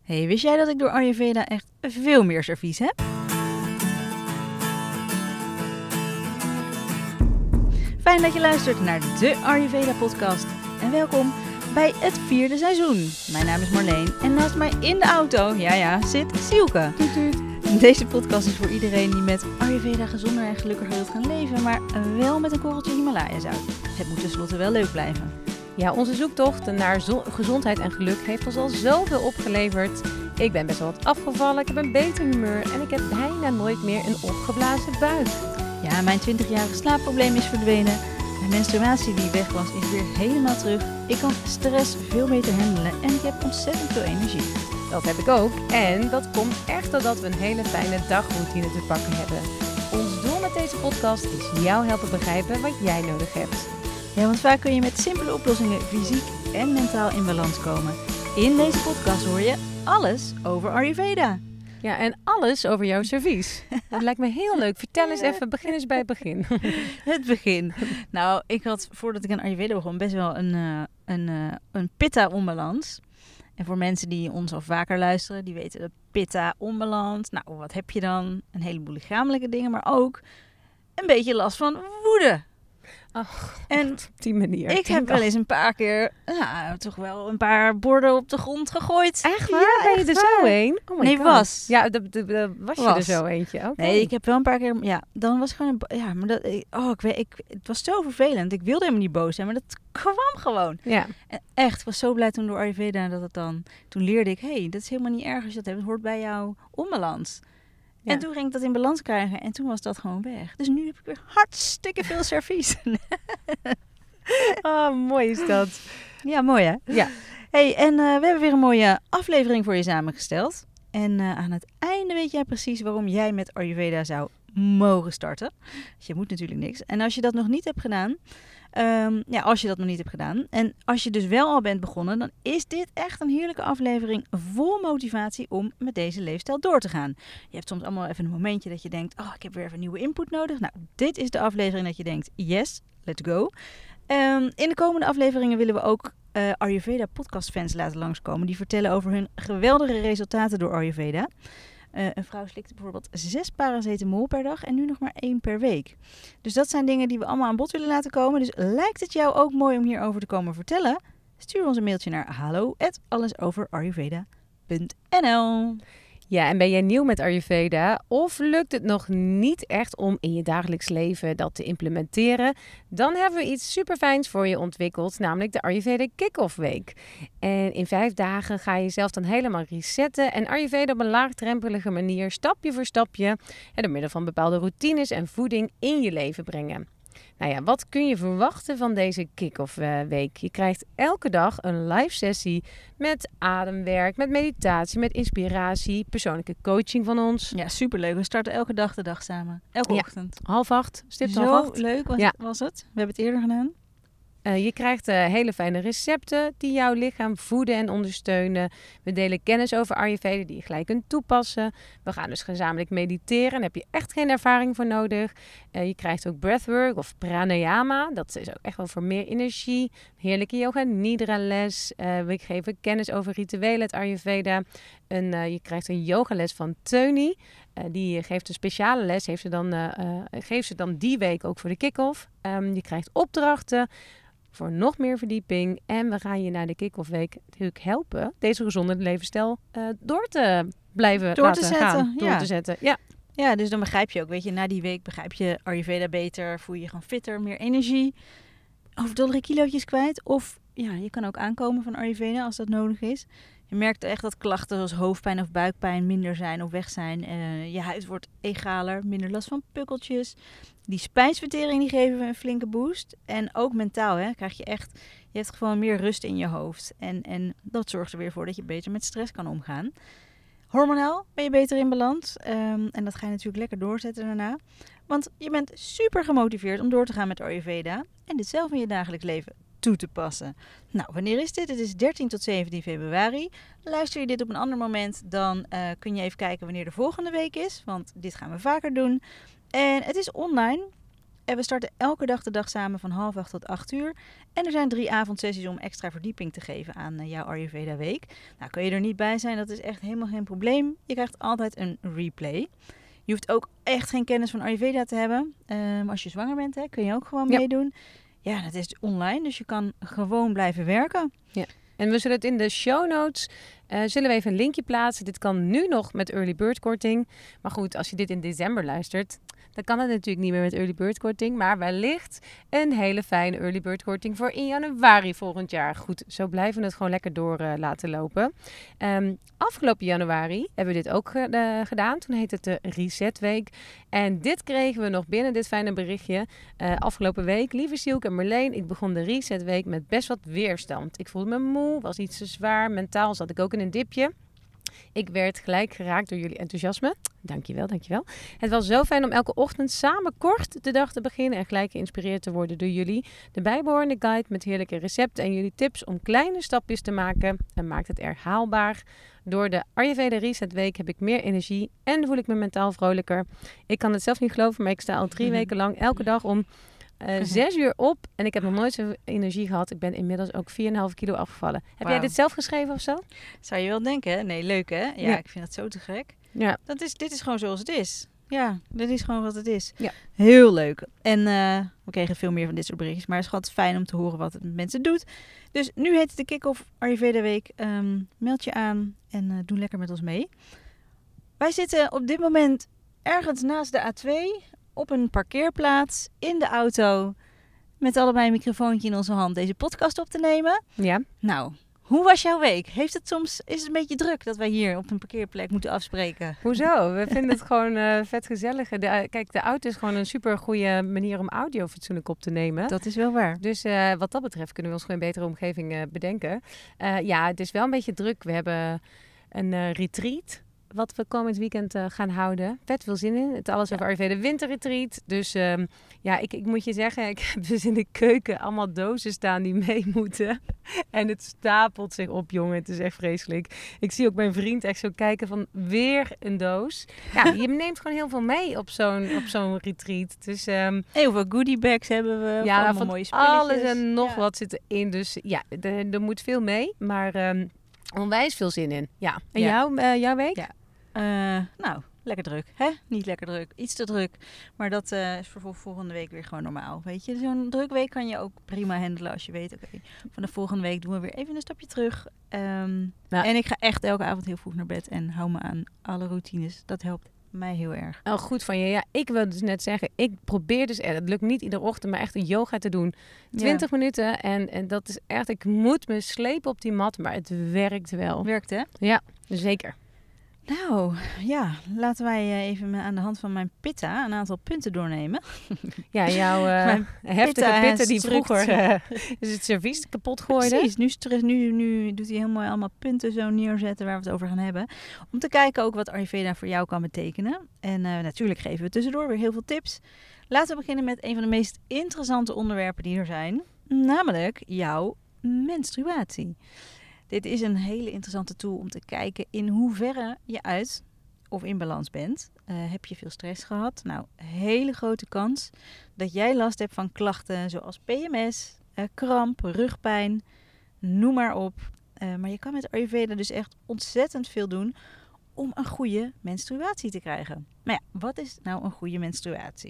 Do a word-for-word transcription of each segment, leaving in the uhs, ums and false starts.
Hey, wist jij dat ik door Ayurveda echt veel meer servies heb? Fijn dat je luistert naar de Ayurveda podcast en welkom bij het vierde seizoen. Mijn naam is Marleen en naast mij in de auto, ja ja, zit Sielke. Toet, toet. Deze podcast is voor iedereen die met Ayurveda gezonder en gelukkiger wilt gaan leven, maar wel met een korreltje Himalaya-zout. Het moet tenslotte wel leuk blijven. Ja, onze zoektocht naar zo- gezondheid en geluk heeft ons al zoveel opgeleverd. Ik ben best wel wat afgevallen, ik heb een beter humeur en ik heb bijna nooit meer een opgeblazen buik. Ja, mijn twintigjarige slaapprobleem is verdwenen. Mijn menstruatie die weg was is weer helemaal terug. Ik kan stress veel beter handelen en ik heb ontzettend veel energie. Dat heb ik ook en dat komt echt doordat we een hele fijne dagroutine te pakken hebben. Ons doel met deze podcast is jou helpen begrijpen wat jij nodig hebt. Ja, want vaak kun je met simpele oplossingen fysiek en mentaal in balans komen. In deze podcast hoor je alles over Ayurveda. Ja, en alles over jouw servies. Dat lijkt me heel leuk. Vertel eens even, begin eens bij het begin. Het begin. Nou, ik had voordat ik aan Ayurveda begon best wel een, uh, een, uh, een pitta-onbalans. En voor mensen die ons al vaker luisteren, die weten de pitta-onbalans. Nou, wat heb je dan? Een heleboel lichamelijke dingen, maar ook een beetje last van woede. Ach, en op die manier. Ik heb wel eens een paar keer, nou, toch wel een paar borden op de grond gegooid. Echt waar? Ja, ben je echt er waar. zo heen? Oh my Nee, God. was. Ja, de, de, de, was je Was. er zo eentje? Okay. Nee, ik heb wel een paar keer, ja, dan was het gewoon, een, ja, maar dat, oh, ik weet, ik, het was zo vervelend. Ik wilde helemaal niet boos zijn, maar dat kwam gewoon. Ja. En echt, ik was zo blij toen door Ayurveda dat het dan, toen leerde ik, hé, hey, dat is helemaal niet erg als je dat hebt, het hoort bij jouw onbalans. Ja. En toen ging ik dat in balans krijgen en toen was dat gewoon weg. Dus nu heb ik weer hartstikke veel servies. Oh, mooi is dat. Ja, mooi hè? Ja. Hey, en uh, we hebben weer een mooie aflevering voor je samengesteld. En uh, aan het einde weet jij precies waarom jij met Ayurveda zou mogen starten. Dus je moet natuurlijk niks. En als je dat nog niet hebt gedaan, um, ja, als je dat nog niet hebt gedaan, en als je dus wel al bent begonnen, dan is dit echt een heerlijke aflevering vol motivatie om met deze leefstijl door te gaan. Je hebt soms allemaal even een momentje dat je denkt, oh, ik heb weer even nieuwe input nodig. Nou, dit is de aflevering dat je denkt, yes, let's go. Um, in de komende afleveringen willen we ook uh, Ayurveda podcastfans laten langskomen. Die vertellen over hun geweldige resultaten door Ayurveda. Uh, een vrouw slikte bijvoorbeeld zes paracetamol per dag en nu nog maar één per week. Dus dat zijn dingen die we allemaal aan bod willen laten komen. Dus lijkt het jou ook mooi om hierover te komen vertellen? Stuur ons een mailtje naar hallo at allesoverayurveda punt n l. Ja, en ben jij nieuw met Ayurveda of lukt het nog niet echt om in je dagelijks leven dat te implementeren? Dan hebben we iets super fijns voor je ontwikkeld, namelijk de Ayurveda Kick-Off Week. En in vijf dagen ga je jezelf dan helemaal resetten en Ayurveda op een laagdrempelige manier, stapje voor stapje, en door middel van bepaalde routines en voeding in je leven brengen. Nou ja, wat kun je verwachten van deze kick-off week? Je krijgt elke dag een live sessie met ademwerk, met meditatie, met inspiratie, persoonlijke coaching van ons. Ja, superleuk. We starten elke dag de dag samen. Elke ja. ochtend. Half acht, stipt Zo half acht. leuk was, ja. was het. We hebben het eerder gedaan. Uh, je krijgt uh, hele fijne recepten die jouw lichaam voeden en ondersteunen. We delen kennis over Ayurveda die je gelijk kunt toepassen. We gaan dus gezamenlijk mediteren. Daar heb je echt geen ervaring voor nodig. Uh, je krijgt ook breathwork of pranayama. Dat is ook echt wel voor meer energie. Heerlijke yoga nidra les. Uh, we geven kennis over rituelen uit Ayurveda. Een, uh, je krijgt een yogales van Teuni. Uh, die geeft een speciale les. Heeft ze dan, uh, uh, geeft ze dan die week ook voor de kick-off. Um, je krijgt opdrachten voor nog meer verdieping. En we gaan je na de kick-off week natuurlijk helpen deze gezonde levensstijl uh, door te blijven door laten te zetten, gaan. Door ja. te zetten, ja. Ja, dus dan begrijp je ook, weet je, na die week begrijp je Ayurveda beter, voel je je gewoon fitter, meer energie, overtollige kilootjes kwijt. Of ja, je kan ook aankomen van Ayurveda als dat nodig is. Je merkt echt dat klachten zoals hoofdpijn of buikpijn minder zijn of weg zijn. Uh, je huid wordt egaler, minder last van pukkeltjes. Die spijsvertering die geven we een flinke boost. En ook mentaal hè, krijg je echt, je hebt gewoon meer rust in je hoofd. En, en dat zorgt er weer voor dat je beter met stress kan omgaan. Hormonaal ben je beter in balans. Um, en dat ga je natuurlijk lekker doorzetten daarna. Want je bent super gemotiveerd om door te gaan met Ayurveda. En dit zelf in je dagelijks leven toe te passen. Nou, wanneer is dit? Het is dertien tot zeventien februari. Luister je dit op een ander moment, dan uh, kun je even kijken wanneer de volgende week is. Want dit gaan we vaker doen. En het is online. En we starten elke dag de dag samen van half acht tot acht uur. En er zijn drie avondsessies om extra verdieping te geven aan uh, jouw Ayurveda week. Nou, kun je er niet bij zijn, dat is echt helemaal geen probleem. Je krijgt altijd een replay. Je hoeft ook echt geen kennis van Ayurveda te hebben. Um, als je zwanger bent, hè, kun je ook gewoon Ja. meedoen. Ja, dat is online, dus je kan gewoon blijven werken. Ja. En we zullen het in de show notes, uh, zullen we even een linkje plaatsen. Dit kan nu nog met early bird korting. Maar goed, als je dit in december luistert, dan kan het natuurlijk niet meer met early bird korting. Maar wellicht een hele fijne early bird korting voor in januari volgend jaar. Goed, zo blijven we het gewoon lekker door uh, laten lopen. Um, afgelopen januari hebben we dit ook uh, gedaan. Toen heette het de Reset Week. En dit kregen we nog binnen, dit fijne berichtje. Uh, afgelopen week, lieve Sielke en Marleen, ik begon de Reset Week met best wat weerstand. Ik voelde me moe, was niet zo zwaar. Mentaal zat ik ook in een dipje. Ik werd gelijk geraakt door jullie enthousiasme. Dankjewel, dankjewel. Het was zo fijn om elke ochtend samen kort de dag te beginnen en gelijk geïnspireerd te worden door jullie. De bijbehorende guide met heerlijke recepten en jullie tips om kleine stapjes te maken en maakt het erg haalbaar. Door de Ayurveda Reset Week heb ik meer energie en voel ik me mentaal vrolijker. Ik kan het zelf niet geloven, maar ik sta al drie weken lang elke dag om Uh, zes uur op en ik heb nog nooit zoveel energie gehad. Ik ben inmiddels ook vier komma vijf kilo afgevallen. Heb Wow. jij dit zelf geschreven of zo? Zou je wel denken, hè? Nee, leuk hè? Ja, Ja. ik vind dat zo te gek. Ja. Dat is, dit is gewoon zoals het is. Ja, dit is gewoon wat het is. Ja. Heel leuk. En uh, we kregen veel meer van dit soort berichtjes. Maar het is altijd fijn om te horen wat het met mensen doet. Dus nu heet het de Kick-Off Ayurveda Week. Um, meld je aan en uh, doe lekker met ons mee. Wij zitten op dit moment ergens naast de A twee... op een parkeerplaats, in de auto, met allebei een microfoontje in onze hand deze podcast op te nemen. Ja. Nou, hoe was jouw week? Heeft het soms, is het een beetje druk dat wij hier op een parkeerplek moeten afspreken? Hoezo? We vinden het gewoon uh, vet gezellig. De, uh, kijk, de auto is gewoon een super goede manier om audio fatsoenlijk op te nemen. Dat is wel waar. Dus uh, wat dat betreft kunnen we ons gewoon een betere omgeving uh, bedenken. Uh, ja, het is wel een beetje druk. We hebben een uh, retreat wat we komend weekend uh, gaan houden. Vet veel zin in. Het alles over Ayurveda winterretreat. Dus um, ja, ik, ik moet je zeggen, ik heb dus in de keuken allemaal dozen staan die mee moeten. En het stapelt zich op, jongen. Het is echt vreselijk. Ik zie ook mijn vriend echt zo kijken van weer een doos. Ja, je neemt gewoon heel veel mee op zo'n, op zo'n retreat. Dus um, heel veel goodie bags hebben we. Ja, allemaal van mooie spulletjes. Alles en nog ja. wat zit erin. Dus ja, er, er moet veel mee. Maar um, onwijs veel zin in. Ja. En ja. jou, uh, jouw week? Ja. Uh, nou, lekker druk. Hè? Niet lekker druk. Iets te druk. Maar dat uh, is voor volgende week weer gewoon normaal. Weet je, zo'n druk week kan je ook prima handelen als je weet, oké, okay, van de volgende week doen we weer even een stapje terug. Um, nou, en ik ga echt elke avond heel vroeg naar bed en hou me aan alle routines. Dat helpt mij heel erg. Oh, goed van je. Ja, ik wil dus net zeggen, ik probeer dus, het lukt niet iedere ochtend, maar echt een yoga te doen. twintig ja. minuten en, en dat is echt, ik moet me slepen op die mat, maar het werkt wel. Werkt, hè? Ja, zeker. Nou, ja, laten wij even aan de hand van mijn pitta een aantal punten doornemen. Ja, jouw uh, heftige pitta, pitta die vroeger uh, dus het servies kapot gooide. Precies, nu, terug, nu, nu doet hij heel mooi allemaal punten zo neerzetten waar we het over gaan hebben. Om te kijken ook wat Ayurveda voor jou kan betekenen. En uh, natuurlijk geven we tussendoor weer heel veel tips. Laten we beginnen met een van de meest interessante onderwerpen die er zijn. Namelijk jouw menstruatie. Dit is een hele interessante tool om te kijken in hoeverre je uit of in balans bent. Uh, heb je veel stress gehad? Nou, hele grote kans dat jij last hebt van klachten zoals P M S, uh, kramp, rugpijn, noem maar op. Uh, maar je kan met Ayurveda dus echt ontzettend veel doen om een goede menstruatie te krijgen. Maar ja, wat is nou een goede menstruatie?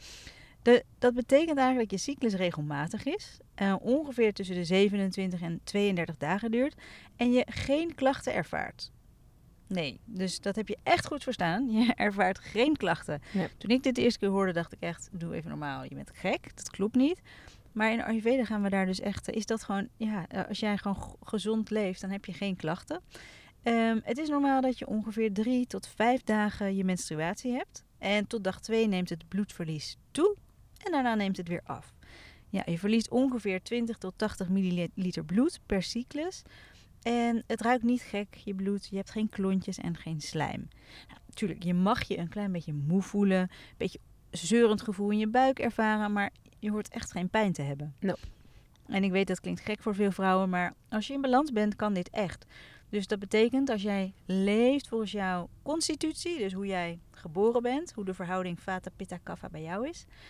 De, dat betekent eigenlijk dat je cyclus regelmatig is, uh, ongeveer tussen de zevenentwintig en tweeëndertig dagen duurt en je geen klachten ervaart. Nee, dus dat heb je echt goed verstaan. Je ervaart geen klachten. Ja. Toen ik dit de eerste keer hoorde, dacht ik echt, doe even normaal, je bent gek, dat klopt niet. Maar in Ayurveda gaan we daar dus echt, is dat gewoon, ja, als jij gewoon g- gezond leeft, dan heb je geen klachten. Um, het is normaal dat je ongeveer drie tot vijf dagen je menstruatie hebt. En tot dag twee neemt het bloedverlies toe. En daarna neemt het weer af. Ja, je verliest ongeveer twintig tot tachtig milliliter bloed per cyclus. En het ruikt niet gek, je bloed. Je hebt geen klontjes en geen slijm. Nou, natuurlijk, je mag je een klein beetje moe voelen. Een beetje zeurend gevoel in je buik ervaren. Maar je hoort echt geen pijn te hebben. No. En ik weet dat klinkt gek voor veel vrouwen. Maar als je in balans bent, kan dit echt. Dus dat betekent als jij leeft volgens jouw constitutie. Dus hoe jij geboren bent. Hoe de verhouding Vata, Pitta, Kapha bij jou is.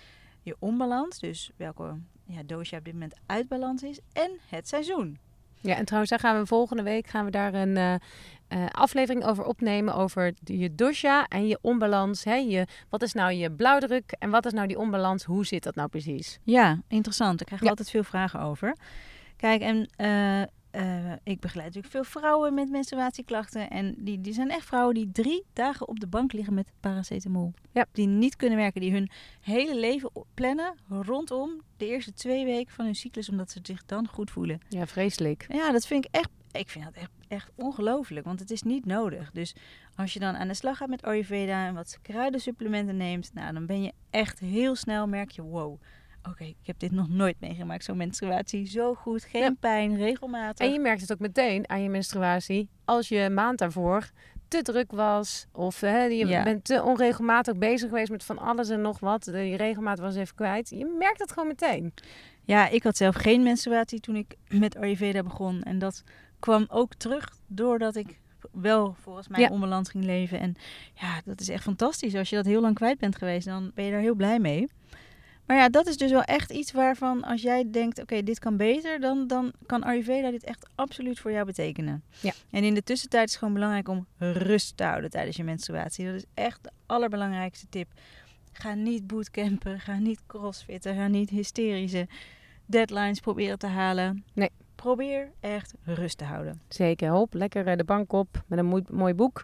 je onbalans, dus welke ja, dosha op dit moment uit balans is, en het seizoen. Ja, en trouwens, daar gaan we volgende week gaan we daar een uh, uh, aflevering over opnemen. Over de, je dosha en je onbalans. Hè? Je, wat is nou je blauwdruk en wat is nou die onbalans? Hoe zit dat nou precies? Ja, interessant. Daar krijg je Ja. altijd veel vragen over. Kijk, en uh, uh, ik begeleid natuurlijk veel vrouwen met menstruatieklachten. En die, die zijn echt vrouwen die drie dagen op de bank liggen met paracetamol. Ja. Die niet kunnen werken, die hun hele leven plannen rondom de eerste twee weken van hun cyclus, omdat ze zich dan goed voelen. Ja, vreselijk. Ja, dat vind ik echt, ik vind dat echt, echt ongelooflijk, want het is niet nodig. Dus als je dan aan de slag gaat met Ayurveda en wat kruidensupplementen neemt, nou, dan ben je echt heel snel, merk je, wow, oké, okay, ik heb dit nog nooit meegemaakt, zo'n menstruatie, zo goed, geen ja. pijn, regelmatig. En je merkt het ook meteen aan je menstruatie, als je maand daarvoor te druk was of hè, je ja. bent te onregelmatig bezig geweest met van alles en nog wat, je regelmaat was even kwijt, je merkt het gewoon meteen. Ja, ik had zelf geen menstruatie toen ik met Ayurveda begon. En dat kwam ook terug doordat ik wel volgens mij ja. onbalans ging leven. En ja, dat is echt fantastisch. Als je dat heel lang kwijt bent geweest, dan ben je daar heel blij mee. Maar ja, dat is dus wel echt iets waarvan als jij denkt, oké, okay, dit kan beter, dan, dan kan Ayurveda dit echt absoluut voor jou betekenen. Ja. En in de tussentijd is het gewoon belangrijk om rust te houden tijdens je menstruatie. Dat is echt de allerbelangrijkste tip. Ga niet bootcampen, ga niet crossfitten, ga niet hysterische deadlines proberen te halen. Nee. Probeer echt rust te houden. Zeker, hop, lekker de bank op met een mooi, mooi boek.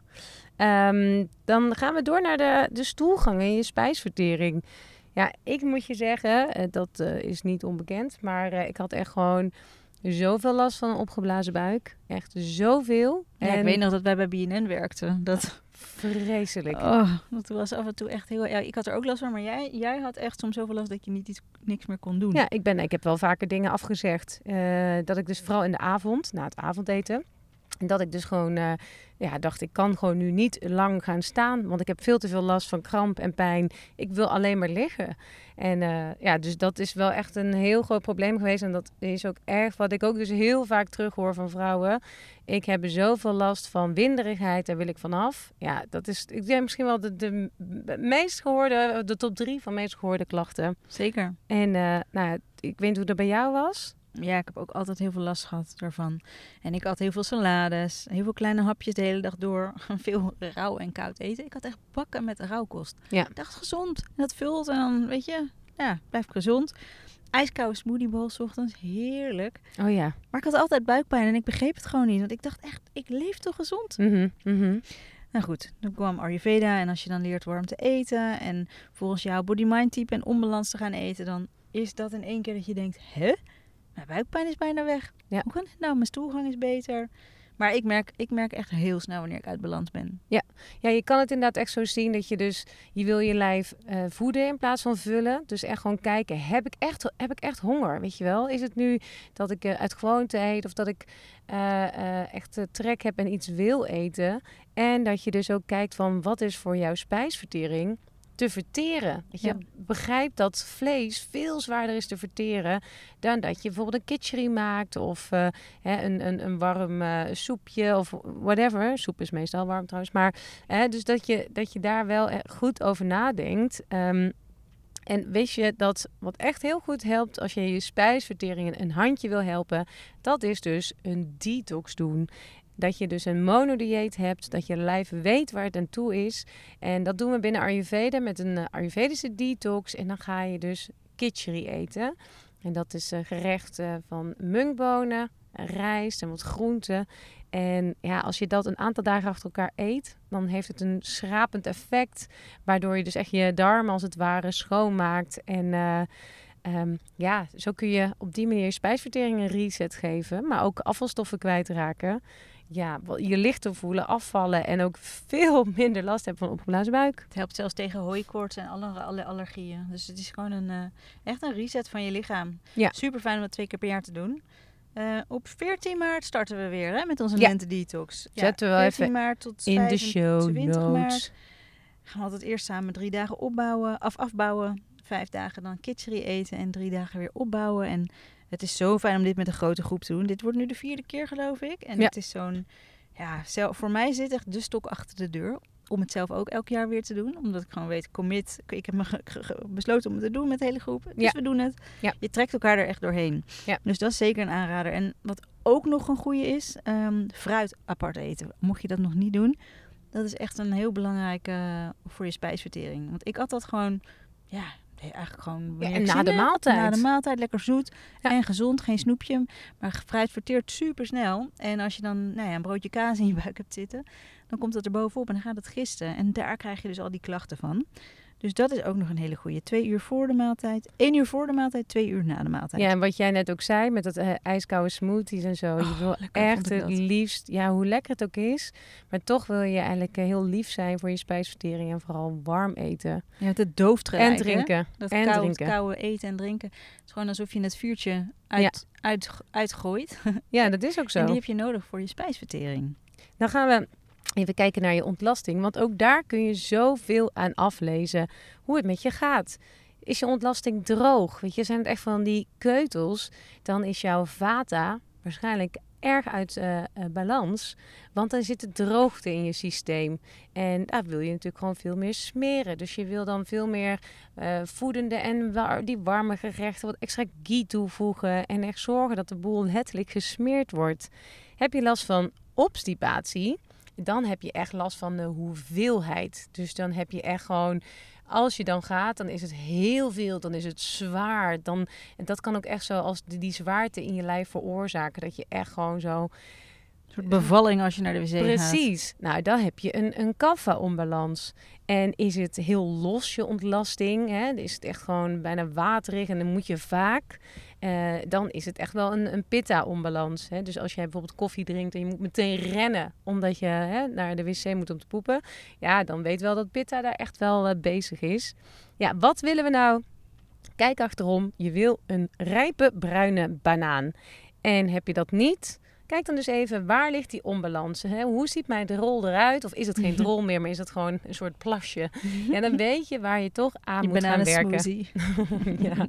Um, dan gaan we door naar de, de stoelgang en je spijsvertering. Ja, ik moet je zeggen, dat uh, is niet onbekend, maar uh, ik had echt gewoon zoveel last van een opgeblazen buik. Echt zoveel. Ja, en ik weet nog dat wij bij B N N werkten. Dat... Vreselijk. Oh, dat was af en toe echt heel... Ja, ik had er ook last van, maar jij, jij had echt soms zoveel last dat je niet iets, niks meer kon doen. Ja, ik, ben, ik heb wel vaker dingen afgezegd. Uh, dat ik dus vooral in de avond, na het avondeten... En dat ik dus gewoon uh, ja, dacht, ik kan gewoon nu niet lang gaan staan. Want ik heb veel te veel last van kramp en pijn. Ik wil alleen maar liggen. En uh, ja, dus dat is wel echt een heel groot probleem geweest. En dat is ook erg wat ik ook dus heel vaak terughoor van vrouwen. Ik heb zoveel last van winderigheid, daar wil ik vanaf. Ja, dat is ik denk misschien wel de, de meest gehoorde, de top drie van meest gehoorde klachten. Zeker. En uh, nou, ik weet niet hoe dat bij jou was. Ja, ik heb ook altijd heel veel last gehad daarvan. En ik had heel veel salades, heel veel kleine hapjes de hele dag door. Veel rauw en koud eten. Ik had echt bakken met rauwkost. Ja. Ik dacht gezond. En dat vult en dan, weet je, ja, blijf gezond. Ijskoude smoothie bowl 's ochtends, heerlijk. Oh ja. Maar ik had altijd buikpijn en ik begreep het gewoon niet. Want ik dacht echt, ik leef toch gezond? Mm-hmm, mm-hmm. Nou goed, dan kwam Ayurveda en als je dan leert warm te eten en volgens jouw body-mind type en onbalans te gaan eten, dan is dat in één keer dat je denkt, hè? Mijn buikpijn is bijna weg. Ja. Hoe kan het nou? Mijn stoelgang is beter. Maar ik merk, ik merk echt heel snel wanneer ik uit balans ben. Ja. ja, je kan het inderdaad echt zo zien dat je dus... Je wil je lijf uh, voeden in plaats van vullen. Dus echt gewoon kijken, heb ik echt, heb ik echt honger? Weet je wel? Is het nu dat ik uh, uit gewoonte eet of dat ik uh, uh, echt uh, trek heb en iets wil eten? En dat je dus ook kijkt van wat is voor jouw spijsvertering te verteren. Dat je ja. begrijpt dat vlees veel zwaarder is te verteren dan dat je bijvoorbeeld een kitchery maakt of uh, hè, een, een, een warm uh, soepje of whatever. Soep is meestal warm trouwens. Maar hè, dus dat je, dat je daar wel goed over nadenkt. Um, en weet je dat wat echt heel goed helpt als je je spijsvertering een handje wil helpen, dat is dus een detox doen. Dat je dus een monodieet hebt, dat je lijf weet waar het aan toe is. En dat doen we binnen Ayurveda met een uh, Ayurvedische detox. En dan ga je dus kitchery eten. En dat is uh, gerecht uh, van munkbonen, rijst en wat groenten. En ja, als je dat een aantal dagen achter elkaar eet, dan heeft het een schrapend effect. Waardoor je dus echt je darmen als het ware schoonmaakt. En uh, um, ja, zo kun je op die manier je spijsvertering een reset geven. Maar ook afvalstoffen kwijtraken. Ja, je lichter voelen, afvallen en ook veel minder last hebben van opgeblazen buik. Het helpt zelfs tegen hooikoorts en alle, alle allergieën. Dus het is gewoon een, uh, echt een reset van je lichaam. Ja. Super fijn om dat twee keer per jaar te doen. Uh, op veertien maart starten we weer hè, met onze ja. lente detox. Ja, zetten we wel even maart tot in de show vijfentwintig notes. Maart. Gaan we altijd eerst samen drie dagen opbouwen, af afbouwen. Vijf dagen dan kitchery eten en drie dagen weer opbouwen. En het is zo fijn om dit met een grote groep te doen. Dit wordt nu de vierde keer, geloof ik. En ja. het is zo'n... Ja, zelf, voor mij zit echt de stok achter de deur. om het zelf ook elk jaar weer te doen. Omdat ik gewoon weet, commit. Ik heb me ge- ge- besloten om het te doen met de hele groep. Dus Ja. we doen het. Ja. Je trekt elkaar er echt doorheen. Ja. Dus dat is zeker een aanrader. En wat ook nog een goede is, um, fruit apart eten. Mocht je dat nog niet doen, dat is echt een heel belangrijk uh, voor je spijsvertering. Want ik had dat gewoon, ja, eigenlijk gewoon... Ja, en na de maaltijd. Na de maaltijd, lekker zoet Ja. en gezond, geen snoepje. Maar fruit verteert super snel. En als je dan nou ja, een broodje kaas in je buik hebt zitten, dan komt dat er bovenop en dan gaat het gisten. En daar krijg je dus al die klachten van. Dus dat is ook nog een hele goeie. Twee uur voor de maaltijd, één uur voor de maaltijd, twee uur na de maaltijd. Ja, en wat jij net ook zei met dat uh, ijskoude smoothies en zo. Oh, je wil lekker, echt vond ik het dat. liefst, ja, hoe lekker het ook is. Maar toch wil je eigenlijk uh, heel lief zijn voor je spijsvertering en vooral warm eten. Ja, het dooft gelijk, en drinken. Hè? Dat en koude, drinken. koude eten en drinken. Het is gewoon alsof je het vuurtje uit, ja. uit, uitgooit. Ja, dat is ook zo. En die heb je nodig voor je spijsvertering. Dan gaan we even kijken naar je ontlasting. Want ook daar kun je zoveel aan aflezen hoe het met je gaat. Is je ontlasting droog? Weet je, zijn het echt van die keutels? Dan is jouw vata waarschijnlijk erg uit uh, uh, balans. Want dan zit de droogte in je systeem. En daar wil je natuurlijk gewoon veel meer smeren. Dus je wil dan veel meer uh, voedende en war- die warme gerechten, wat extra ghee toevoegen. En echt zorgen dat de boel letterlijk gesmeerd wordt. Heb je last van obstipatie? Dan heb je echt last van de hoeveelheid. Dus dan heb je echt gewoon, als je dan gaat, dan is het heel veel. Dan is het zwaar. Dan, en dat kan ook echt zo als die, die zwaarte in je lijf veroorzaken. Dat je echt gewoon zo... Een soort bevalling als je naar de wc gaat. Precies. Nou, dan heb je een, een kapha-onbalans. En is het heel los, je ontlasting? Hè? Is het echt gewoon bijna waterig en dan moet je vaak... Uh, dan is het echt wel een, een pitta-onbalans. Hè? Dus als jij bijvoorbeeld koffie drinkt en je moet meteen rennen... omdat je hè, naar de wc moet om te poepen... ja, dan weet wel dat pitta daar echt wel uh, bezig is. Ja, wat willen we nou? Kijk achterom. Je wil een rijpe bruine banaan. En heb je dat niet... Kijk dan dus even, waar ligt die onbalans? Hè? Hoe ziet mijn drol eruit? Of is het geen drol meer, maar is het gewoon een soort plasje? Ja, dan weet je waar je toch aan die moet gaan werken. Smoothie. Ja.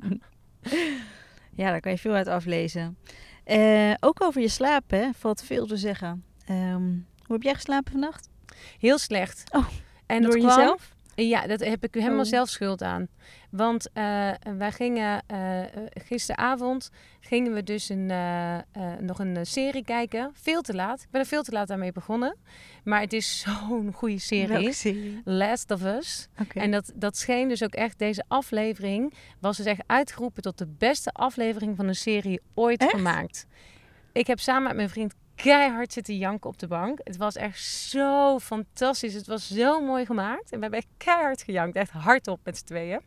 Ja, daar kan je veel uit aflezen. Uh, ook over je slaap, hè, valt veel te zeggen. Um, hoe heb jij geslapen vannacht? Heel slecht. Oh, en door dat kwam, jezelf? Ja, dat heb ik helemaal oh. zelf schuld aan. Want uh, wij gingen uh, gisteravond gingen we dus een, uh, uh, nog een serie kijken. Veel te laat. Ik ben er veel te laat daarmee begonnen. Maar het is zo'n goede serie. Welke serie? Last of Us. Okay. En dat, dat scheen dus ook echt, deze aflevering was dus echt uitgeroepen tot de beste aflevering van een serie ooit echt? gemaakt. Ik heb samen met mijn vriend keihard zitten janken op de bank. Het was echt zo fantastisch. Het was zo mooi gemaakt. En we hebben echt keihard gejankt. Echt hardop met z'n tweeën.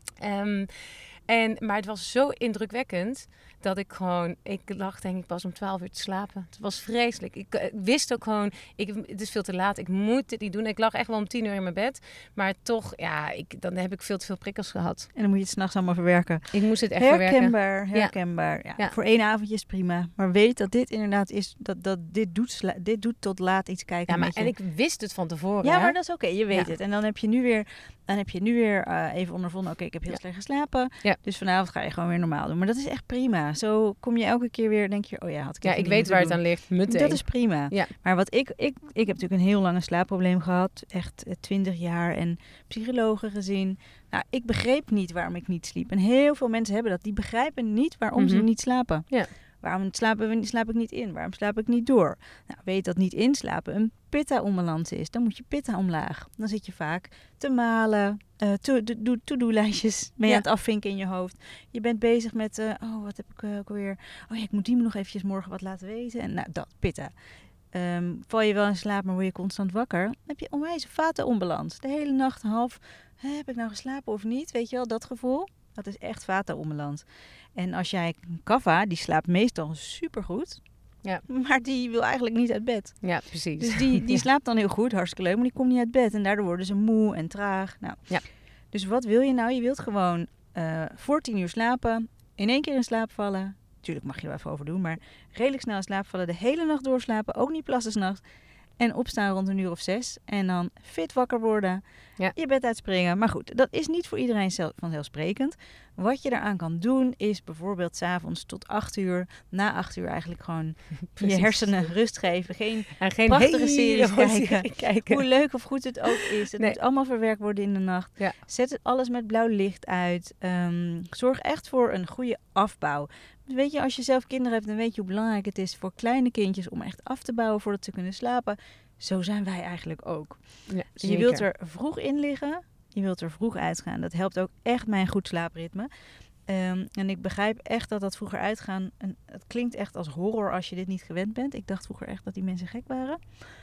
Um, en, maar het was zo indrukwekkend dat ik gewoon... Ik lag denk ik pas om twaalf uur te slapen. Het was vreselijk. Ik, ik wist ook gewoon, ik, het is veel te laat. Ik moet dit niet doen. Ik lag echt wel om tien uur in mijn bed. Maar toch, ja, ik, dan heb ik veel te veel prikkels gehad. En dan moet je het 's nachts allemaal verwerken. Ik moest het echt herkenbaar, verwerken. Herkenbaar, ja. Ja. Voor één avondje is prima. Maar weet dat dit inderdaad is... Dat, dat dit, doet sla, dit doet tot laat iets kijken Ja, maar, met je. en ik wist het van tevoren. Ja, hè? maar dat is oké. Okay, je weet Ja. het. En dan heb je nu weer... Dan heb je nu weer uh, even ondervonden, oké, okay, ik heb heel ja. slecht geslapen. Ja. Dus vanavond ga je gewoon weer normaal doen. Maar dat is echt prima. Zo kom je elke keer weer, denk je, oh ja, had ik Ja, ik weet waar het aan ligt. Meteen. Dat is prima. Ja. Maar wat ik, ik, ik heb natuurlijk een heel lange slaapprobleem gehad. Echt twintig jaar en psychologen gezien. Nou, ik begreep niet waarom ik niet sliep. En heel veel mensen hebben dat. Die begrijpen niet waarom mm-hmm. ze niet slapen. Ja. Waarom slapen we, slaap ik niet in? Waarom slaap ik niet door? Nou, weet dat niet inslapen een pitta-onbalans is. Dan moet je pitta omlaag. Dan zit je vaak te malen, uh, to-do-lijstjes mee ja. aan het afvinken in je hoofd. Je bent bezig met, uh, oh, wat heb ik uh, ook alweer? Oh ja, ik moet die me nog eventjes morgen wat laten weten. En nou, dat, pitta. Um, val je wel in slaap, maar word je constant wakker. Dan heb je onwijs vata-onbalans. De hele nacht half, hè, heb ik nou geslapen of niet? Weet je wel, dat gevoel? Dat is echt vata-onbalans. En als jij kapha, die slaapt meestal supergoed. Ja. Maar die wil eigenlijk niet uit bed. Ja, precies. Dus die, die ja. slaapt dan heel goed, hartstikke leuk, maar die komt niet uit bed. En daardoor worden ze moe en traag. Nou, ja. Dus wat wil je nou? Je wilt gewoon uh, voor tien uur slapen, in één keer in slaap vallen. Tuurlijk mag je er wel even over doen, maar redelijk snel in slaap vallen. De hele nacht doorslapen, ook niet plassen 's nachts. En opstaan rond een uur of zes. En dan fit wakker worden. Ja. Je bed uitspringen. Maar goed, dat is niet voor iedereen zelf, vanzelfsprekend. Wat je daaraan kan doen is bijvoorbeeld 's avonds tot acht uur. Na acht uur eigenlijk gewoon je hersenen rust geven. Geen, En geen prachtige hele series mooie kijken. serie kijken. Hoe leuk of goed het ook is. Het Nee. moet allemaal verwerkt worden in de nacht. Ja. Zet het alles met blauw licht uit. Um, zorg echt voor een goede afbouw. Weet je, als je zelf kinderen hebt, dan weet je hoe belangrijk het is voor kleine kindjes om echt af te bouwen voordat ze kunnen slapen. Zo zijn wij eigenlijk ook. Ja, Dus je wilt er vroeg in liggen. Je wilt er vroeg uitgaan. Dat helpt ook echt mijn goed slaapritme. Um, en ik begrijp echt dat dat vroeger uitgaan... En het klinkt echt als horror als je dit niet gewend bent. Ik dacht vroeger echt dat die mensen gek waren.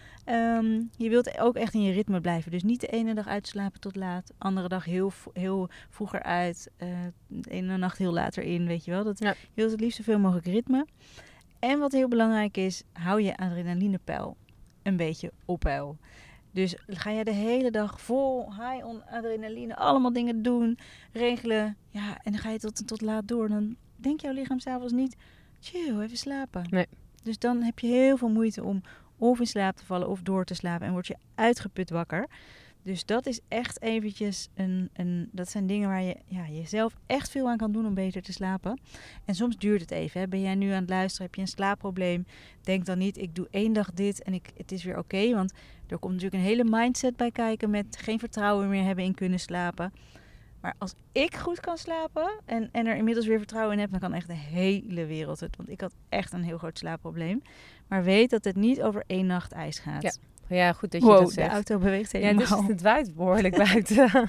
Um, je wilt ook echt in je ritme blijven. Dus niet de ene dag uitslapen tot laat. De andere dag heel, heel vroeger uit. Uh, de ene nacht heel later in, weet je wel. Dat, ja. Je wilt het liefst zoveel mogelijk ritme. En wat heel belangrijk is, hou je adrenalinepeil een beetje op peil. Dus ga je de hele dag vol high on adrenaline, allemaal dingen doen, regelen. Ja, en dan ga je tot, tot laat door. Dan denkt jouw lichaam 's avonds niet, chill, even slapen. Nee. Dus dan heb je heel veel moeite om of in slaap te vallen of door te slapen. En word je uitgeput wakker. Dus dat is echt eventjes een, een... Dat zijn dingen waar je ja, jezelf echt veel aan kan doen om beter te slapen. En soms duurt het even. Hè. Ben jij nu aan het luisteren? Heb je een slaapprobleem? Denk dan niet, ik doe één dag dit en ik, het is weer oké. Okay, want er komt natuurlijk een hele mindset bij kijken met geen vertrouwen meer hebben in kunnen slapen. Maar als ik goed kan slapen en, en er inmiddels weer vertrouwen in heb, dan kan echt de hele wereld het. Want ik had echt een heel groot slaapprobleem. Maar weet dat het niet over één nacht ijs gaat. Ja. Ja, goed dat je wow, dat zegt. De auto beweegt helemaal. Ja, dus het waait behoorlijk buiten.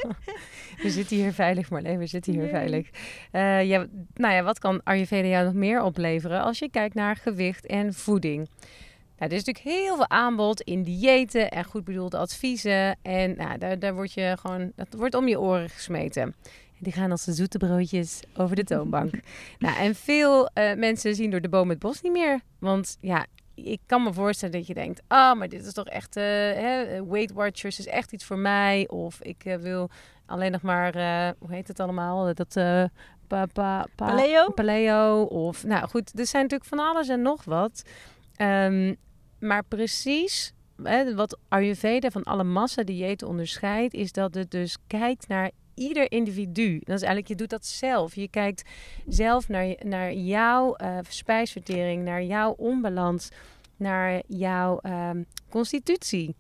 We zitten hier veilig, Marleen. We zitten hier Nee. veilig. Uh, ja, nou ja, wat kan Ayurveda jou nog meer opleveren als je kijkt naar gewicht en voeding? Nou, er is natuurlijk heel veel aanbod in diëten en goed bedoelde adviezen. En nou, daar, daar word je gewoon, dat wordt om je oren gesmeten. Die gaan als de zoete broodjes over de toonbank. Nou, en veel uh, mensen zien door de boom het bos niet meer. Want ja, ik kan me voorstellen dat je denkt, ah, oh, maar dit is toch echt, uh, hè, Weight Watchers is echt iets voor mij. Of ik uh, wil alleen nog maar, uh, hoe heet het allemaal? Dat uh, pa, pa, pa, Paleo? Paleo. Of, nou goed, er zijn natuurlijk van alles en nog wat. Um, maar precies hè, wat Ayurveda van alle massa-diëten onderscheidt, is dat het dus kijkt naar ieder individu. Dat is eigenlijk, je doet dat zelf. Je kijkt zelf naar, naar jouw uh, spijsvertering, naar jouw onbalans, naar jouw uh, constitutie.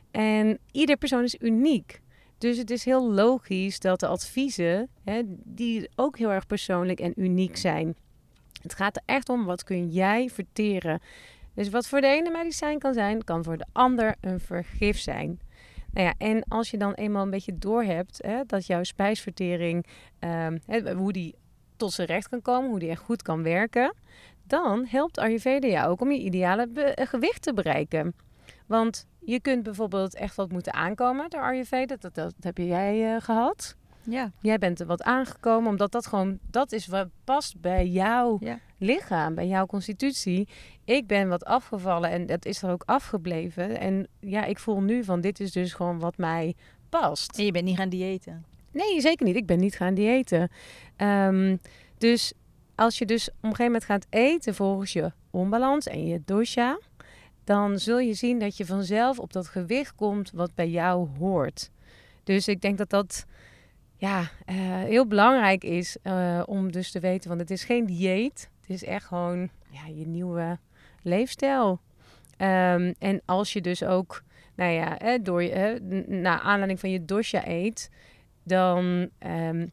En ieder persoon is uniek. Dus het is heel logisch dat de adviezen, hè, die ook heel erg persoonlijk en uniek zijn. Het gaat er echt om, wat kun jij verteren? Dus wat voor de ene medicijn kan zijn, kan voor de ander een vergif zijn. Nou ja, en als je dan eenmaal een beetje doorhebt hè, dat jouw spijsvertering, um, hè, hoe die tot zijn recht kan komen, hoe die echt goed kan werken, dan helpt Ayurveda jou ook om je ideale be- gewicht te bereiken. Want je kunt bijvoorbeeld echt wat moeten aankomen door Ayurveda, dat, dat, dat heb jij uh, gehad. Ja. Jij bent er wat aangekomen, omdat dat gewoon, dat is wat past bij jouw ja. lichaam, bij jouw constitutie. Ik ben wat afgevallen en dat is er ook afgebleven. En ja, ik voel nu van, dit is dus gewoon wat mij past. En je bent niet gaan diëten? Nee, zeker niet. Ik ben niet gaan diëten. Um, dus als je dus op een gegeven moment gaat eten volgens je onbalans en je dosha, dan zul je zien dat je vanzelf op dat gewicht komt wat bij jou hoort. Dus ik denk dat dat ja, uh, heel belangrijk is uh, om dus te weten, want het is geen dieet. Het is echt gewoon ja, je nieuwe leefstijl. Um, en als je dus ook, nou ja, hè, door je, hè, naar aanleiding van je dosha eet, dan um,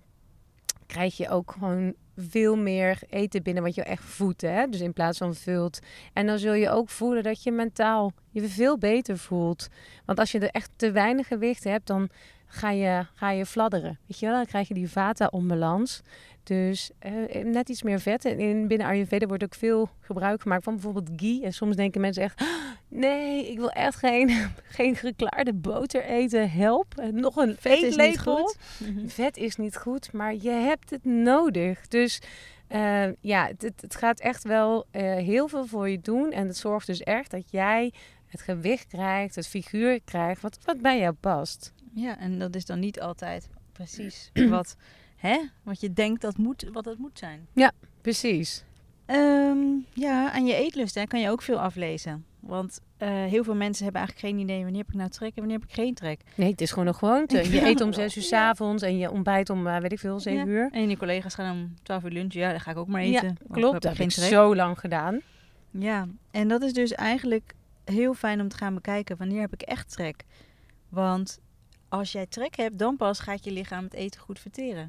krijg je ook gewoon veel meer eten binnen wat je echt voedt. Hè? Dus in plaats van vult. En dan zul je ook voelen dat je mentaal je veel beter voelt. Want als je er echt te weinig gewicht hebt, dan ga je, ga je fladderen. Weet je wel? Dan krijg je die vata-onbalans. Dus uh, net iets meer vet. En in, binnen Ayurveda wordt ook veel gebruik gemaakt van bijvoorbeeld ghee. En soms denken mensen echt, oh, nee, ik wil echt geen, geen geklaarde boter eten. Help. Nog een vet eetlepel. Is niet goed. Mm-hmm. Vet is niet goed, maar je hebt het nodig. Dus uh, ja, het, het gaat echt wel uh, heel veel voor je doen. En het zorgt dus echt dat jij het gewicht krijgt, het figuur krijgt, wat, wat bij jou past. Ja, en dat is dan niet altijd precies wat, hè, wat je denkt dat moet, wat het moet zijn. Ja, precies. Um, ja, aan je eetlust hè, kan je ook veel aflezen. Want uh, heel veel mensen hebben eigenlijk geen idee wanneer heb ik nou trek en wanneer heb ik geen trek. Nee, het is gewoon een gewoonte. Je eet om zes uur 's avonds en je ontbijt om, uh, weet ik veel, zeven ja. uur. En je collega's gaan om twaalf uur lunchen. Ja, dan ga ik ook maar eten. Ja, klopt. Dat heb ik geen trek. zo lang gedaan. Ja, en dat is dus eigenlijk heel fijn om te gaan bekijken wanneer heb ik echt trek. Want als jij trek hebt, dan pas gaat je lichaam het eten goed verteren.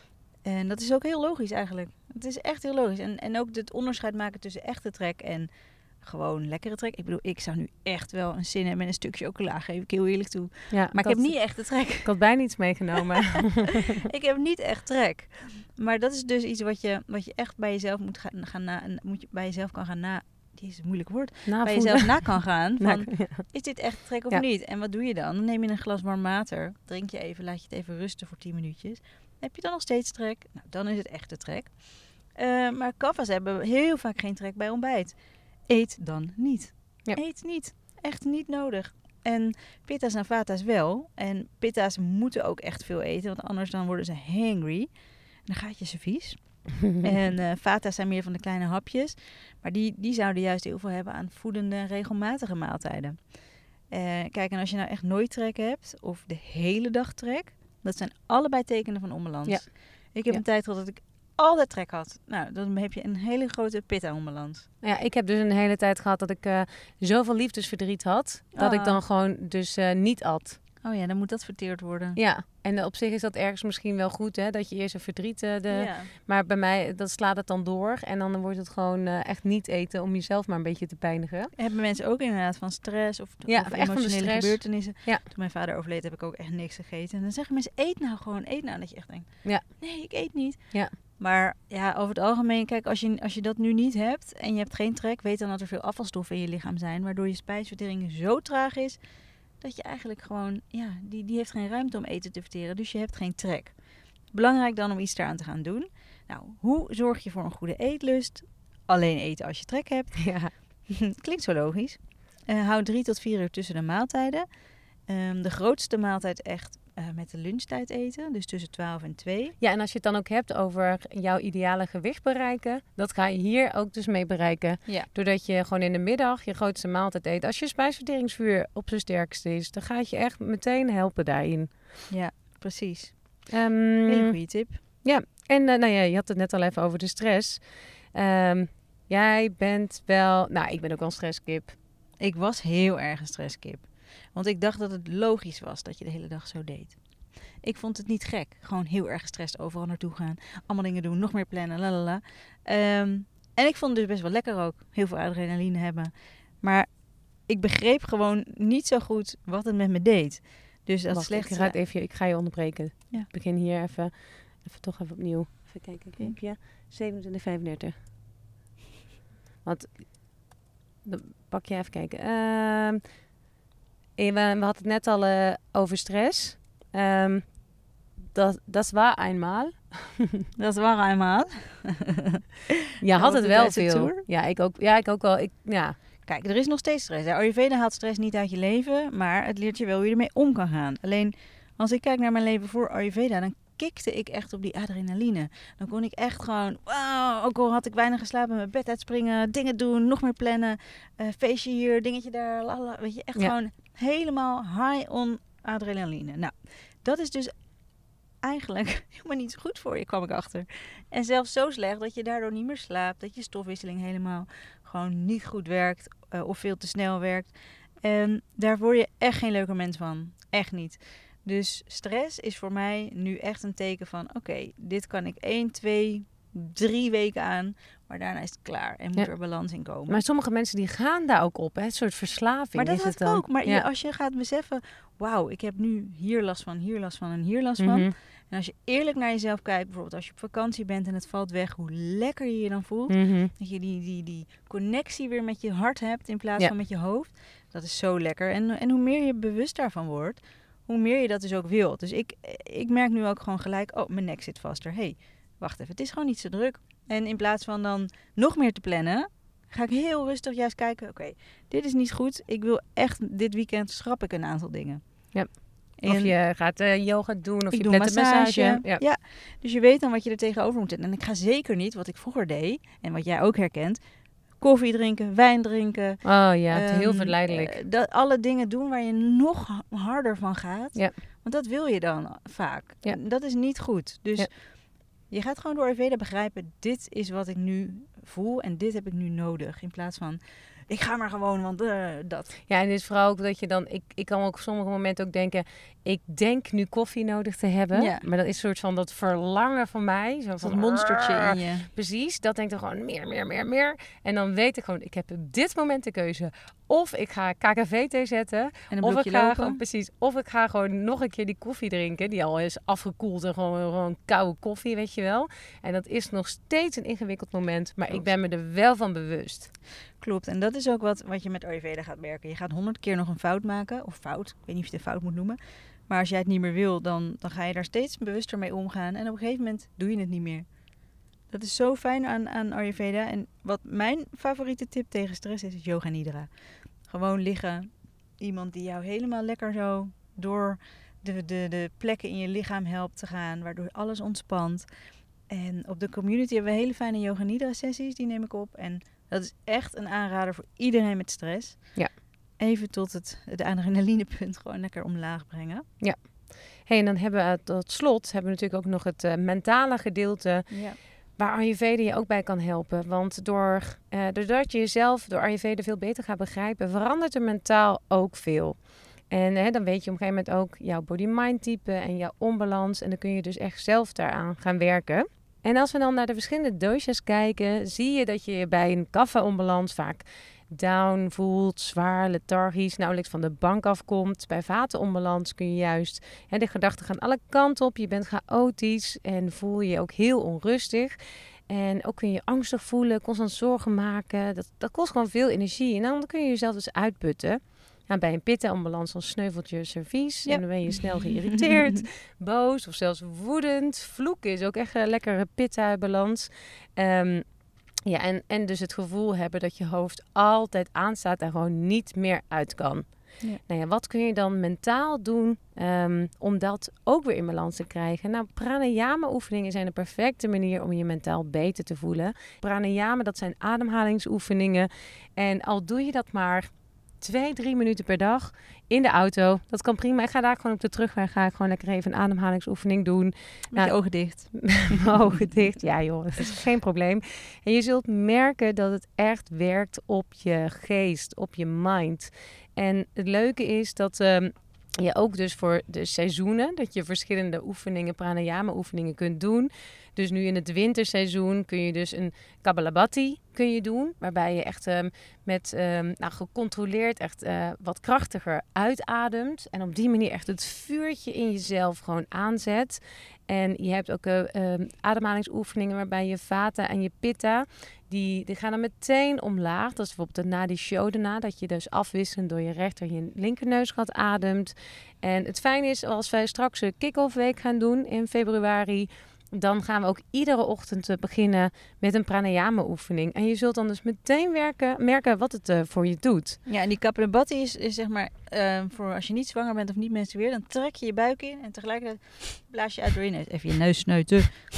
En dat is ook heel logisch eigenlijk. Het is echt heel logisch. En, en ook het onderscheid maken tussen echte trek en gewoon lekkere trek. Ik bedoel, ik zou nu echt wel een zin hebben met een stukje chocola, geef ik heel eerlijk toe. Ja, maar ik, ik had, heb niet echt de trek. Ik had bijna iets meegenomen. Ik heb niet echt trek. Maar dat is dus iets wat je, wat je echt bij jezelf moet gaan, gaan na, moet je bij jezelf kan gaan na. Die is een moeilijk woord. Navoelen. Bij jezelf na kan gaan. Van, ja. Is dit echt trek of ja. niet? En wat doe je dan? Dan neem je een glas warm water. Drink je even, laat je het even rusten voor tien minuutjes. Heb je dan nog steeds trek? Nou, dan is het echte trek. Uh, maar kaffa's hebben heel vaak geen trek bij ontbijt. Eet dan niet. Ja. Eet niet. Echt niet nodig. En pitta's en vata's wel. En pitta's moeten ook echt veel eten. Want anders dan worden ze hangry. En dan gaat je ze vies. en uh, vata's zijn meer van de kleine hapjes. Maar die, die zouden juist heel veel hebben aan voedende, regelmatige maaltijden. Uh, kijk, en als je nou echt nooit trek hebt, of de hele dag trek, dat zijn allebei tekenen van onbalans. Ja. Ik heb ja. een tijd gehad dat ik altijd trek had. Nou, dan heb je een hele grote pitta-onbalans. Ja, ik heb dus een hele tijd gehad dat ik uh, zoveel liefdesverdriet had, dat ah. ik dan gewoon dus uh, niet at. Oh ja, dan moet dat verteerd worden. Ja, en op zich is dat ergens misschien wel goed, hè, dat je eerst een verdriet... Uh, de, ja. Maar bij mij, dat slaat het dan door. En dan wordt het gewoon uh, echt niet eten om jezelf maar een beetje te pijnigen. Hebben mensen ook inderdaad van stress of, ja, of echt emotionele van de gebeurtenissen. Ja. Toen mijn vader overleed heb ik ook echt niks gegeten. En dan zeggen mensen, eet nou gewoon, eet nou. En dat je echt denkt, ja. nee, ik eet niet. Ja. Maar ja, over het algemeen, kijk, als je, als je dat nu niet hebt en je hebt geen trek, weet dan dat er veel afvalstoffen in je lichaam zijn, waardoor je spijsvertering zo traag is, dat je eigenlijk gewoon, ja, die, die heeft geen ruimte om eten te verteren, dus je hebt geen trek. Belangrijk dan om iets eraan te gaan doen. Nou, hoe zorg je voor een goede eetlust? Alleen eten als je trek hebt. Ja. Klinkt zo logisch. Uh, hou drie tot vier uur tussen de maaltijden. Um, de grootste maaltijd echt uh, met de lunchtijd eten, dus tussen twaalf en twee. Ja, en als je het dan ook hebt over jouw ideale gewicht bereiken, dat ga je hier ook dus mee bereiken. Ja. Doordat je gewoon in de middag je grootste maaltijd eet. Als je spijsverteringsvuur op zijn sterkste is, dan gaat je echt meteen helpen daarin. Ja, precies. Um, Hele goede tip. Ja, en uh, nou ja, je had het net al even over de stress. Um, jij bent wel, nou ik ben ook wel een stresskip. Ik was heel erg een stresskip. Want ik dacht dat het logisch was dat je de hele dag zo deed. Ik vond het niet gek. Gewoon heel erg gestrest overal naartoe gaan. Allemaal dingen doen, nog meer plannen, lalala. Um, en ik vond het dus best wel lekker ook. Heel veel adrenaline hebben. Maar ik begreep gewoon niet zo goed wat het met me deed. Dus dat Wacht, slecht... Ik ga, het even, ik ga je onderbreken. Ja. Ik begin hier even, even toch even opnieuw. Even kijken, ik heb je zevenentwintig vijfendertig. Want, dan pak je even kijken. Uh, we, we hadden het net al uh, over stress. Um, dat, dat was eenmaal. Dat was eenmaal. Je had het wel veel. Tour? Ja, ik ook. Ja, ik ook wel. Ik, ja. Kijk, er is nog steeds stress. Hè? Ayurveda haalt stress niet uit je leven, maar het leert je wel hoe je ermee om kan gaan. Alleen, als ik kijk naar mijn leven voor Ayurveda, dan kikte ik echt op die adrenaline. Dan kon ik echt gewoon, wow, ook al had ik weinig geslapen, mijn bed uitspringen, dingen doen, nog meer plannen, uh, feestje hier, dingetje daar, lala, weet je, echt ja. gewoon helemaal high on adrenaline. Nou, dat is dus eigenlijk helemaal niet zo goed voor je, kwam ik achter. En zelfs zo slecht dat je daardoor niet meer slaapt, dat je stofwisseling helemaal gewoon niet goed werkt uh, of veel te snel werkt. En daar word je echt geen leuke mens van. Echt niet. Dus stress is voor mij nu echt een teken van, oké, okay, dit kan ik één, twee, drie weken aan, maar daarna is het klaar en moet ja. er balans in komen. Maar sommige mensen die gaan daar ook op, hè? Een soort verslaving. Maar dat is had het ik dan. ook. Maar ja. je, als je gaat beseffen, wauw, ik heb nu hier last van, hier last van en hier last mm-hmm. van. En als je eerlijk naar jezelf kijkt, bijvoorbeeld als je op vakantie bent en het valt weg, hoe lekker je je dan voelt. Mm-hmm. Dat je die, die, die connectie weer met je hart hebt in plaats ja. van met je hoofd. Dat is zo lekker. En, en hoe meer je bewust daarvan wordt, hoe meer je dat dus ook wilt. Dus ik, ik merk nu ook gewoon gelijk, oh, mijn nek zit vaster. Hé, hey, wacht even, het is gewoon niet zo druk. En in plaats van dan nog meer te plannen, ga ik heel rustig juist kijken, oké, okay, dit is niet goed. Ik wil echt, dit weekend schrap ik een aantal dingen. Ja. Of en je gaat uh, yoga doen, of ik je doe plet een massage. massage. Ja. ja, dus je weet dan wat je er tegenover moet zetten. En ik ga zeker niet, wat ik vroeger deed, en wat jij ook herkent, koffie drinken, wijn drinken. Oh ja, het is heel Um, verleidelijk. Uh, dat alle dingen doen waar je nog harder van gaat. Ja. Want dat wil je dan vaak. Ja. Dat is niet goed. Dus Ja. je gaat gewoon door Ayurveda begrijpen, dit is wat ik nu voel en dit heb ik nu nodig. In plaats van, ik ga maar gewoon, want uh, dat. Ja, en het is vooral ook dat je dan... Ik, ik kan ook op sommige momenten ook denken... Ik denk nu koffie nodig te hebben. Ja. Maar dat is een soort van dat verlangen van mij. Zo van Dat monstertje in je. Precies, dat denkt er gewoon meer, meer, meer, meer. En dan weet ik gewoon, ik heb op dit moment de keuze. Of ik ga K K V-thee zetten. En een of blokje ik ga lopen. gewoon, precies, of ik ga gewoon nog een keer die koffie drinken. Die al is afgekoeld en gewoon, gewoon koude koffie, weet je wel. En dat is nog steeds een ingewikkeld moment. Maar Klopt. ik ben me er wel van bewust. Klopt, en dat is ook wat, wat je met Ayurveda gaat merken. Je gaat honderd keer nog een fout maken. Of fout, ik weet niet of je het een fout moet noemen. Maar als jij het niet meer wil, dan, dan ga je daar steeds bewuster mee omgaan. En op een gegeven moment doe je het niet meer. Dat is zo fijn aan, aan Ayurveda. En wat mijn favoriete tip tegen stress is, is yoga nidra. Gewoon liggen. Iemand die jou helemaal lekker zo door de, de, de plekken in je lichaam helpt te gaan. Waardoor alles ontspant. En op de community hebben we hele fijne yoga nidra sessies. Die neem ik op. En dat is echt een aanrader voor iedereen met stress. Ja. Even tot het, het adrenalinepunt gewoon lekker omlaag brengen. Ja. Hey, en dan hebben we tot slot hebben we natuurlijk ook nog het uh, mentale gedeelte. Ja. Waar Ayurveda je ook bij kan helpen. Want door, uh, doordat je jezelf door Ayurveda veel beter gaat begrijpen, verandert er mentaal ook veel. En hè, dan weet je op een gegeven moment ook jouw body-mind type en jouw onbalans. En dan kun je dus echt zelf daaraan gaan werken. En als we dan naar de verschillende doshas kijken, zie je dat je bij een kapha-onbalans vaak down voelt, zwaar, lethargisch, nauwelijks van de bank afkomt. Bij vatenonbalans kun je juist, hè, de gedachten gaan alle kanten op, je bent chaotisch en voel je je ook heel onrustig. En ook kun je je angstig voelen, constant zorgen maken. Dat, dat kost gewoon veel energie en dan kun je jezelf dus uitputten. Nou, bij een pitta-onbalans dan sneuvelt je servies Ja. en dan ben je snel geïrriteerd, boos of zelfs woedend. Vloeken is ook echt een lekkere pitta-balans. Um, ja, en, en dus het gevoel hebben dat je hoofd altijd aanstaat en gewoon niet meer uit kan. Ja. Nou ja, wat kun je dan mentaal doen um, om dat ook weer in balans te krijgen? Nou, pranayama-oefeningen zijn een perfecte manier om je mentaal beter te voelen. Pranayama, dat zijn ademhalingsoefeningen. En al doe je dat maar twee, drie minuten per dag in de auto. Dat kan prima. Ik ga daar gewoon op de terugweg. Ga ik gewoon lekker even een ademhalingsoefening doen. Met nou, je ogen dicht. ogen dicht. Ja joh, dat is geen probleem. En je zult merken dat het echt werkt op je geest, op je mind. En het leuke is dat um, je ook dus voor de seizoenen, dat je verschillende oefeningen, pranayama oefeningen kunt doen. Dus nu in het winterseizoen kun je dus een Kapalabhati kun je doen. Waarbij je echt um, met um, nou, gecontroleerd echt uh, wat krachtiger uitademt. En op die manier echt het vuurtje in jezelf gewoon aanzet. En je hebt ook uh, um, ademhalingsoefeningen waarbij je vata en je pitta, die, die gaan dan meteen omlaag. Dat is bijvoorbeeld de Nadi Shodhana, dat je dus afwisselend door je rechter en je linkerneusgat ademt. En het fijne is, als wij straks een kick-off week gaan doen in februari, dan gaan we ook iedere ochtend beginnen met een pranayama oefening. En je zult dan dus meteen werken, merken wat het uh, voor je doet. Ja, en die Kapalabhati is, is zeg maar uh, voor als je niet zwanger bent of niet menstrueert, dan trek je je buik in en tegelijkertijd blaas je uit door je neus. Even je neus snuiten.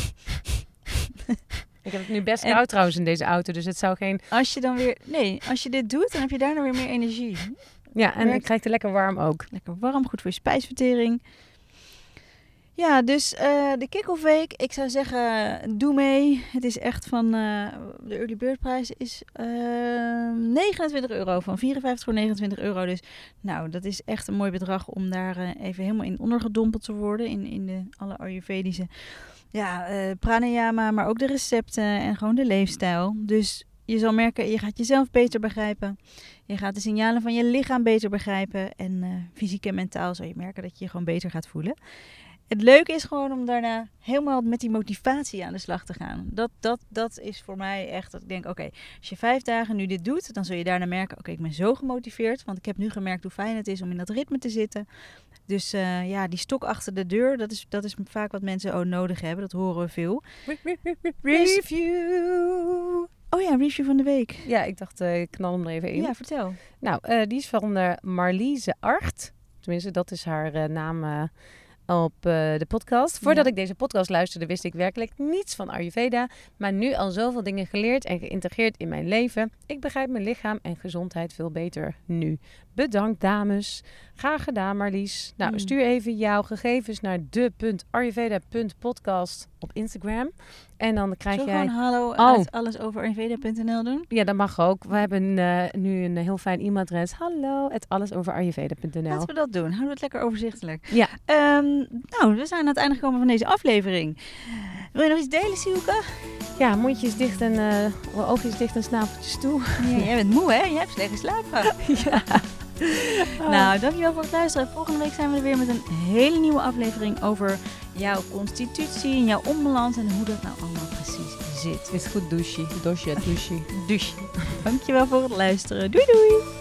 Ik heb het nu best koud trouwens in deze auto, dus het zou geen... Als je dan weer... Nee, als je dit doet, dan heb je daarna weer meer energie. Ja, en ik krijg het lekker warm ook. Lekker warm, goed voor je spijsvertering. Ja, dus uh, de kick-off week, ik zou zeggen, doe mee. Het is echt van, uh, de early bird prijs is uh, negenentwintig euro, van vierenvijftig voor negenentwintig euro. Dus nou, dat is echt een mooi bedrag om daar uh, even helemaal in ondergedompeld te worden. In, in de alle Ayurvedische ja, uh, pranayama, maar ook de recepten en gewoon de leefstijl. Dus je zal merken, je gaat jezelf beter begrijpen. Je gaat de signalen van je lichaam beter begrijpen. En uh, fysiek en mentaal zal je merken dat je je gewoon beter gaat voelen. Het leuke is gewoon om daarna helemaal met die motivatie aan de slag te gaan. Dat, dat, dat is voor mij echt dat ik denk, oké, okay, als je vijf dagen nu dit doet, dan zul je daarna merken, oké, okay, ik ben zo gemotiveerd. Want ik heb nu gemerkt hoe fijn het is om in dat ritme te zitten. Dus uh, ja, die stok achter de deur, dat is, dat is vaak wat mensen ook nodig hebben. Dat horen we veel. Review! Oh ja, review van de week. Ja, ik dacht, uh, ik knal hem er even in. Ja, vertel. Nou, uh, die is van uh, Marliese Archt. Tenminste, dat is haar uh, naam... Uh, op uh, de podcast. Voordat Ja. ik deze podcast luisterde, wist ik werkelijk niets van Ayurveda. Maar nu al zoveel dingen geleerd en geïntegreerd in mijn leven. Ik begrijp mijn lichaam en gezondheid veel beter nu. Bedankt, dames. Graag gedaan, Marlies. Nou, Mm. stuur even jouw gegevens naar de punt ayurveda punt podcast op Instagram. En dan krijg Zullen we jij... gewoon hallo Oh. uit alles over ayurveda punt n l doen? Ja, dat mag ook. We hebben uh, nu een heel fijn e-mailadres. Hallo, het alles over ayurveda punt n l. Laten we dat doen. Houden we het lekker overzichtelijk. Ja. Um, nou, we zijn aan het einde gekomen van deze aflevering. Wil je nog iets delen, Sielke? Ja, mondjes dicht en uh, oogjes dicht en snaveltjes toe. Ja, jij bent moe, hè? Jij hebt slecht geslapen. Ja. Oh. Nou, dankjewel voor het luisteren. Volgende week zijn we er weer met een hele nieuwe aflevering over jouw constitutie en jouw onbalans en hoe dat nou allemaal precies zit. Is goed douche. Dosje, douche. Dus, dankjewel voor het luisteren. Doei doei!